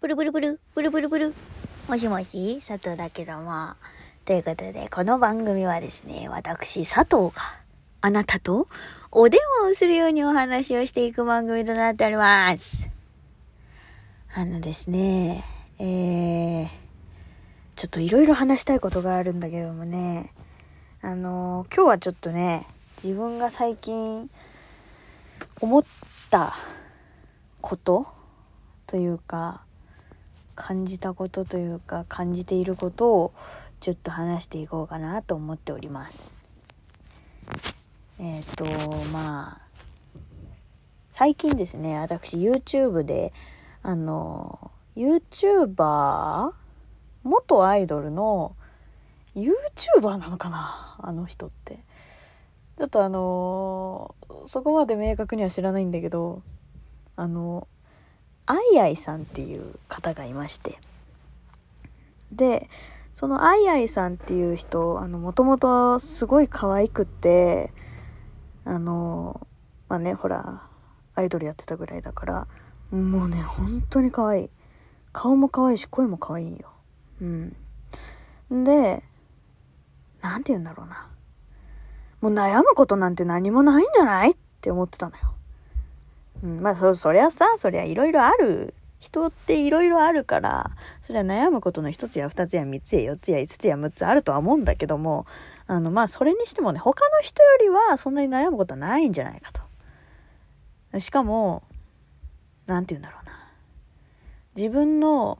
ブルブルブル、ブルブルブル。もしもし、佐藤だけども。ということで、この番組はですね、私、佐藤があなたとお電話をするようにお話をしていく番組となっております。ですね、ちょっといろいろ話したいことがあるんだけどもね、今日はちょっとね、自分が最近思ったことというか、感じたことというか、感じていることをちょっと話していこうかなと思っております。最近ですね、私 YouTube でYouTuber 元アイドルの YouTuber なのかな、あの人ってちょっとそこまで明確には知らないんだけど、あいあいさんっていう方がいまして、でそのあいあいさんっていう人、もともとすごい可愛くって、ほらアイドルやってたぐらいだから、もうね本当に可愛い、顔も可愛いし声も可愛いよ。で、なんて言うんだろうな、もう悩むことなんて何もないんじゃないって思ってたのよ。そりゃいろいろある、人っていろいろあるから、それは悩むことの一つや二つや三つや四つや五つや六つあるとは思うんだけども、それにしてもね、他の人よりはそんなに悩むことはないんじゃないかと。しかもなんて言うんだろうな、自分の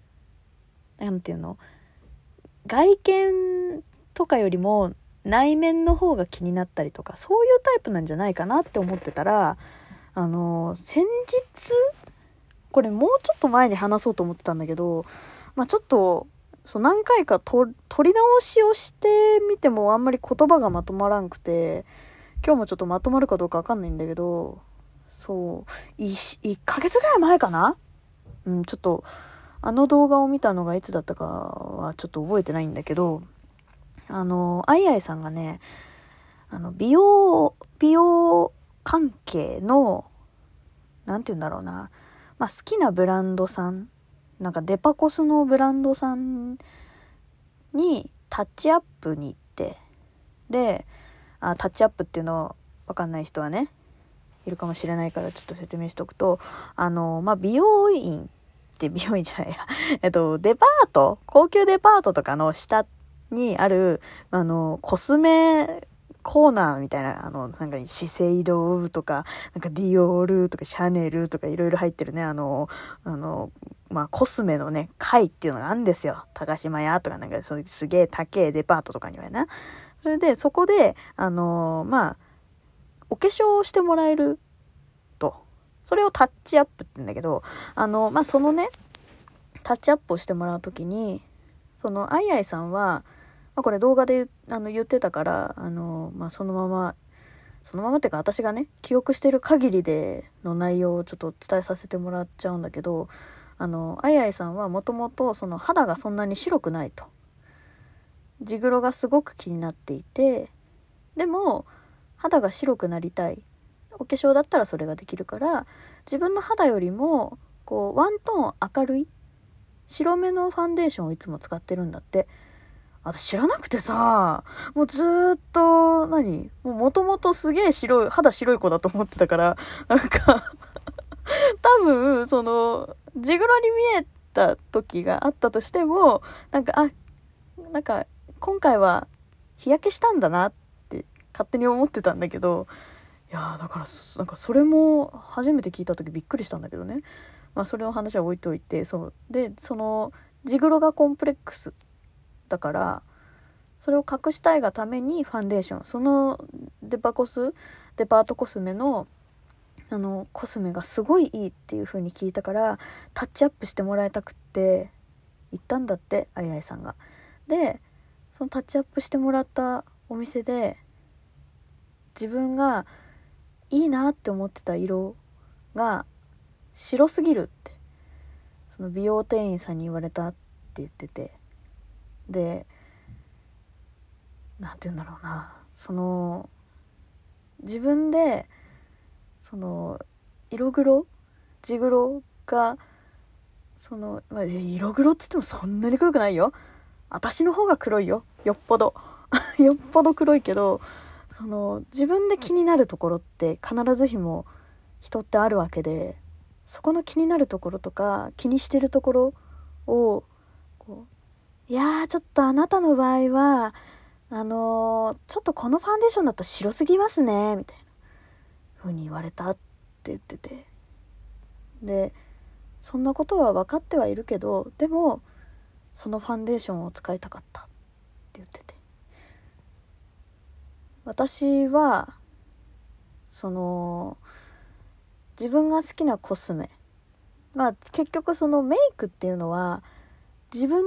外見とかよりも内面の方が気になったりとか、そういうタイプなんじゃないかなって思ってたら、先日、これもうちょっと前に話そうと思ってたんだけど、ちょっと何回か取り直しをしてみてもあんまり言葉がまとまらんくて、今日もちょっとまとまるかどうかわかんないんだけど、1ヶ月ぐらい前かな、ちょっと動画を見たのがいつだったかはちょっと覚えてないんだけど、あいあいさんがね、美容関係の、なんて言うんだろうな、好きなブランドさん、なんかデパコスのブランドさんにタッチアップに行って、で、タッチアップっていうのわかんない人はねいるかもしれないから、ちょっと説明しとくと、美容院って美容院じゃないやデパート、高級デパートとかの下にあるコスメコーナーみたいな、なんか資生堂とか、なんかディオールとかシャネルとかいろいろ入ってるね、コスメのね会っていうのがあるんですよ。高島屋とか、なんかそういうすげえ高いデパートとかにはね。それでそこでお化粧をしてもらえると、それをタッチアップって言うんだけど、そのねタッチアップをしてもらうときに、そのあいあいさんは、これ動画で言ってたから、そのままっていうか、私がね記憶してる限りでの内容をちょっと伝えさせてもらっちゃうんだけど、あいあいさんはもともとその肌がそんなに白くないと、地黒がすごく気になっていて、でも肌が白くなりたい、お化粧だったらそれができるから、自分の肌よりもこうワントーン明るい白めのファンデーションをいつも使ってるんだって。私知らなくてさ、もうずーっともともとすげえ肌白い子だと思ってたから、なんか多分地黒に見えた時があったとしても、なんか今回は日焼けしたんだなって勝手に思ってたんだけど、いやだからなんかそれも初めて聞いた時びっくりしたんだけどね。それの話は置いといて、で地黒がコンプレックスだから、それを隠したいがためにファンデーション、そのデパートコスメのコスメがすごいいいっていう風に聞いたから、タッチアップしてもらいたくって行ったんだって、あいあいさんが。でそのタッチアップしてもらったお店で、自分がいいなって思ってた色が白すぎるってその美容店員さんに言われたって言ってて、でなんて言うんだろうな、自分で地黒が色黒っつってもそんなに黒くないよ。私の方が黒いよ、よっぽどよっぽど黒いけど、自分で気になるところって必ずしも人ってあるわけで、そこの気になるところとか気にしてるところをいやーちょっとあなたの場合はちょっとこのファンデーションだと白すぎますねみたいな風に言われたって言ってて、でそんなことは分かってはいるけど、でもそのファンデーションを使いたかったって言ってて、私は自分が好きなコスメ、結局そのメイクっていうのは自分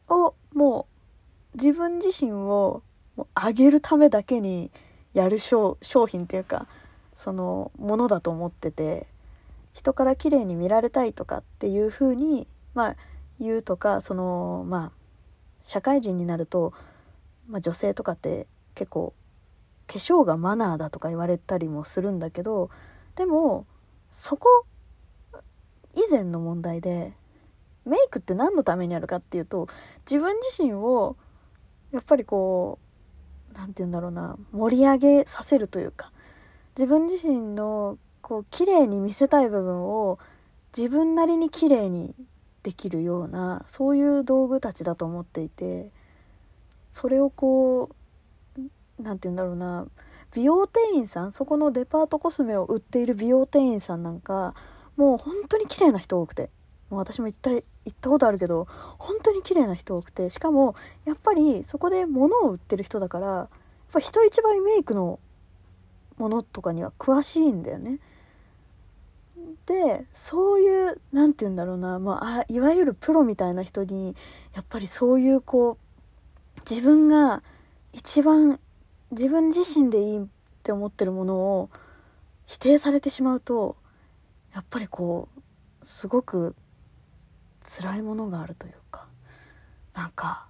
自身をもう上げるためだけにやる商品っていうかものだと思ってて、人から綺麗に見られたいとかっていう風に言うとか、社会人になると、女性とかって結構化粧がマナーだとか言われたりもするんだけど、でもそこ以前の問題で、メイクって何のためにあるかっていうと、自分自身をやっぱりなんて言うんだろうな、盛り上げさせるというか、自分自身の綺麗に見せたい部分を自分なりに綺麗にできるような、そういう道具たちだと思っていて、それをなんて言うんだろうな、美容店員さん、そこのデパートコスメを売っている美容店員さんなんかもう本当に綺麗な人多くて、もう私も行ったことあるけど本当に綺麗な人多くて、しかもやっぱりそこで物を売ってる人だから、やっぱ人一倍メイクのものとかには詳しいんだよね。でそういうなんて言うんだろうな、いわゆるプロみたいな人にやっぱりそういう自分が一番自分自身でいいって思ってるものを否定されてしまうと、やっぱりすごく辛いものがあるというか、なんか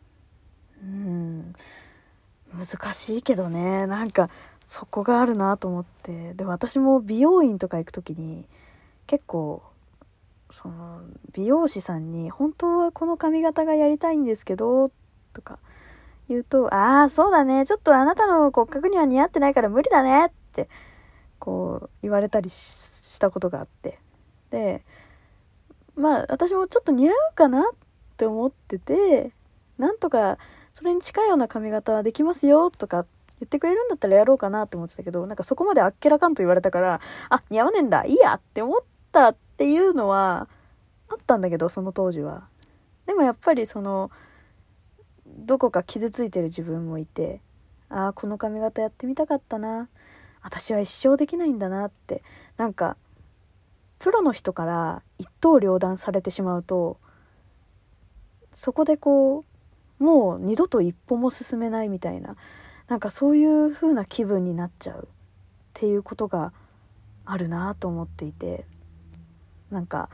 難しいけどね、なんかそこがあるなと思って。で私も美容院とか行くときに結構美容師さんに本当はこの髪型がやりたいんですけどとか言うと、ああそうだね、ちょっとあなたの骨格には似合ってないから無理だねって言われたりしたことがあって、で私もちょっと似合うかなって思ってて、なんとかそれに近いような髪型はできますよとか言ってくれるんだったらやろうかなって思ってたけど、なんかそこまであっけらかんと言われたから、似合わねえんだいいやって思ったっていうのはあったんだけど、その当時は。でもやっぱりどこか傷ついてる自分もいて、この髪型やってみたかったな、私は一生できないんだなって、なんかプロの人から一刀両断されてしまうと、そこでもう二度と一歩も進めないみたいな、なんかそういう風な気分になっちゃうっていうことがあるなと思っていて、なんか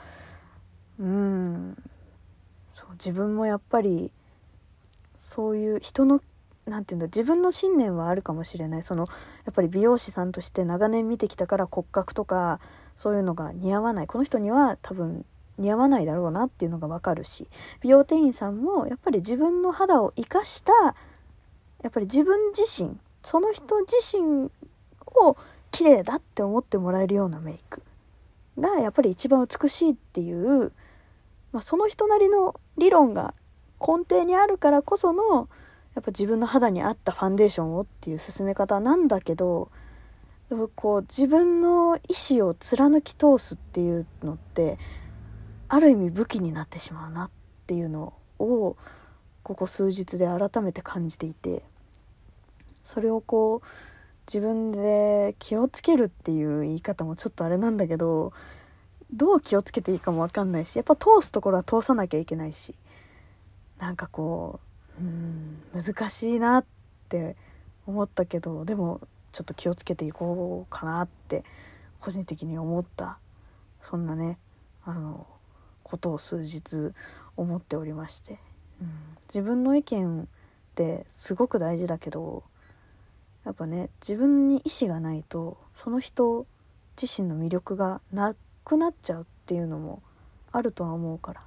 そう自分もやっぱりそういう人のなんていうんだ、自分の信念はあるかもしれない。やっぱり美容師さんとして長年見てきたから骨格とかそういうのが似合わない、この人には多分似合わないだろうなっていうのが分かるし、美容店員さんもやっぱり自分の肌を生かしたやっぱり自分自身、その人自身を綺麗だって思ってもらえるようなメイクがやっぱり一番美しいっていう、その人なりの理論が根底にあるからこそのやっぱ自分の肌に合ったファンデーションをっていう進め方なんだけど、でも自分の意思を貫き通すっていうのってある意味武器になってしまうなっていうのをここ数日で改めて感じていて、それを自分で気をつけるっていう言い方もちょっとあれなんだけど、どう気をつけていいかも分かんないし、やっぱ通すところは通さなきゃいけないし、なんか難しいなって思ったけど、でもちょっと気をつけていこうかなって個人的に思った、そんなねことを数日思っておりまして、自分の意見ってすごく大事だけど、やっぱね自分に意志がないとその人自身の魅力がなくなっちゃうっていうのもあるとは思うから、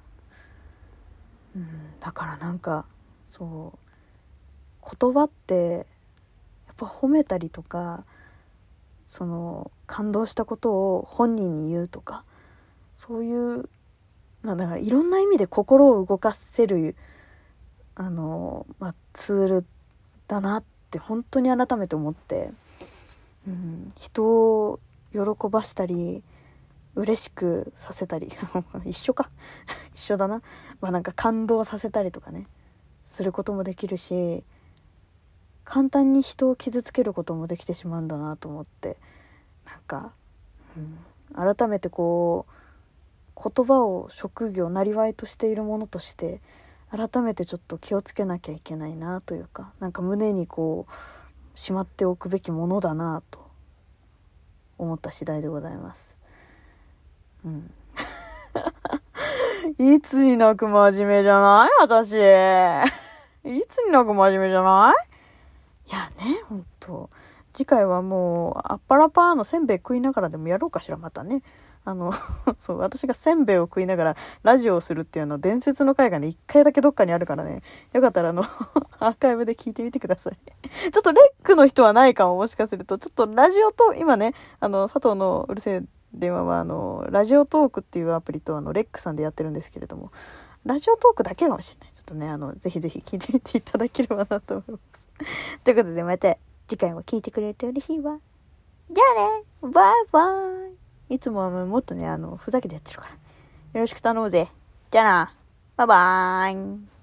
だからなんかそう言葉ってやっぱ褒めたりとか、その感動したことを本人に言うとか、そういうだからいろんな意味で心を動かせるツールだなって本当に改めて思って、人を喜ばしたり嬉しくさせたり一緒か一緒だな、なんか感動させたりとかねすることもできるし、簡単に人を傷つけることもできてしまうんだなと思って、なんか、改めてこう言葉を職業なりわいとしているものとして改めてちょっと気をつけなきゃいけないなというか、なんか胸にこうしまっておくべきものだなと思った次第でございます。いつになく真面目じゃない私いつになく真面目じゃない。いやね、ほんと次回はもうアッパラパーのせんべい食いながらでもやろうかしら。またねそう私がせんべいを食いながらラジオをするっていう伝説の回がね1回だけどっかにあるからね、よかったらアーカイブで聞いてみてくださいちょっとレックの人はないかも、もしかするとちょっとラジオと今ね佐藤のうるせえ電話はラジオトークっていうアプリとレックさんでやってるんですけれども、ラジオトークだけかもしれない。ちょっとねぜひぜひ聞いてみていただければなと思いますということでまた次回も聞いてくれると嬉しいわ。じゃあね、バイバイ。いつもはもっとねふざけてやってるからよろしく頼むぜ。じゃあな、バイバーイ。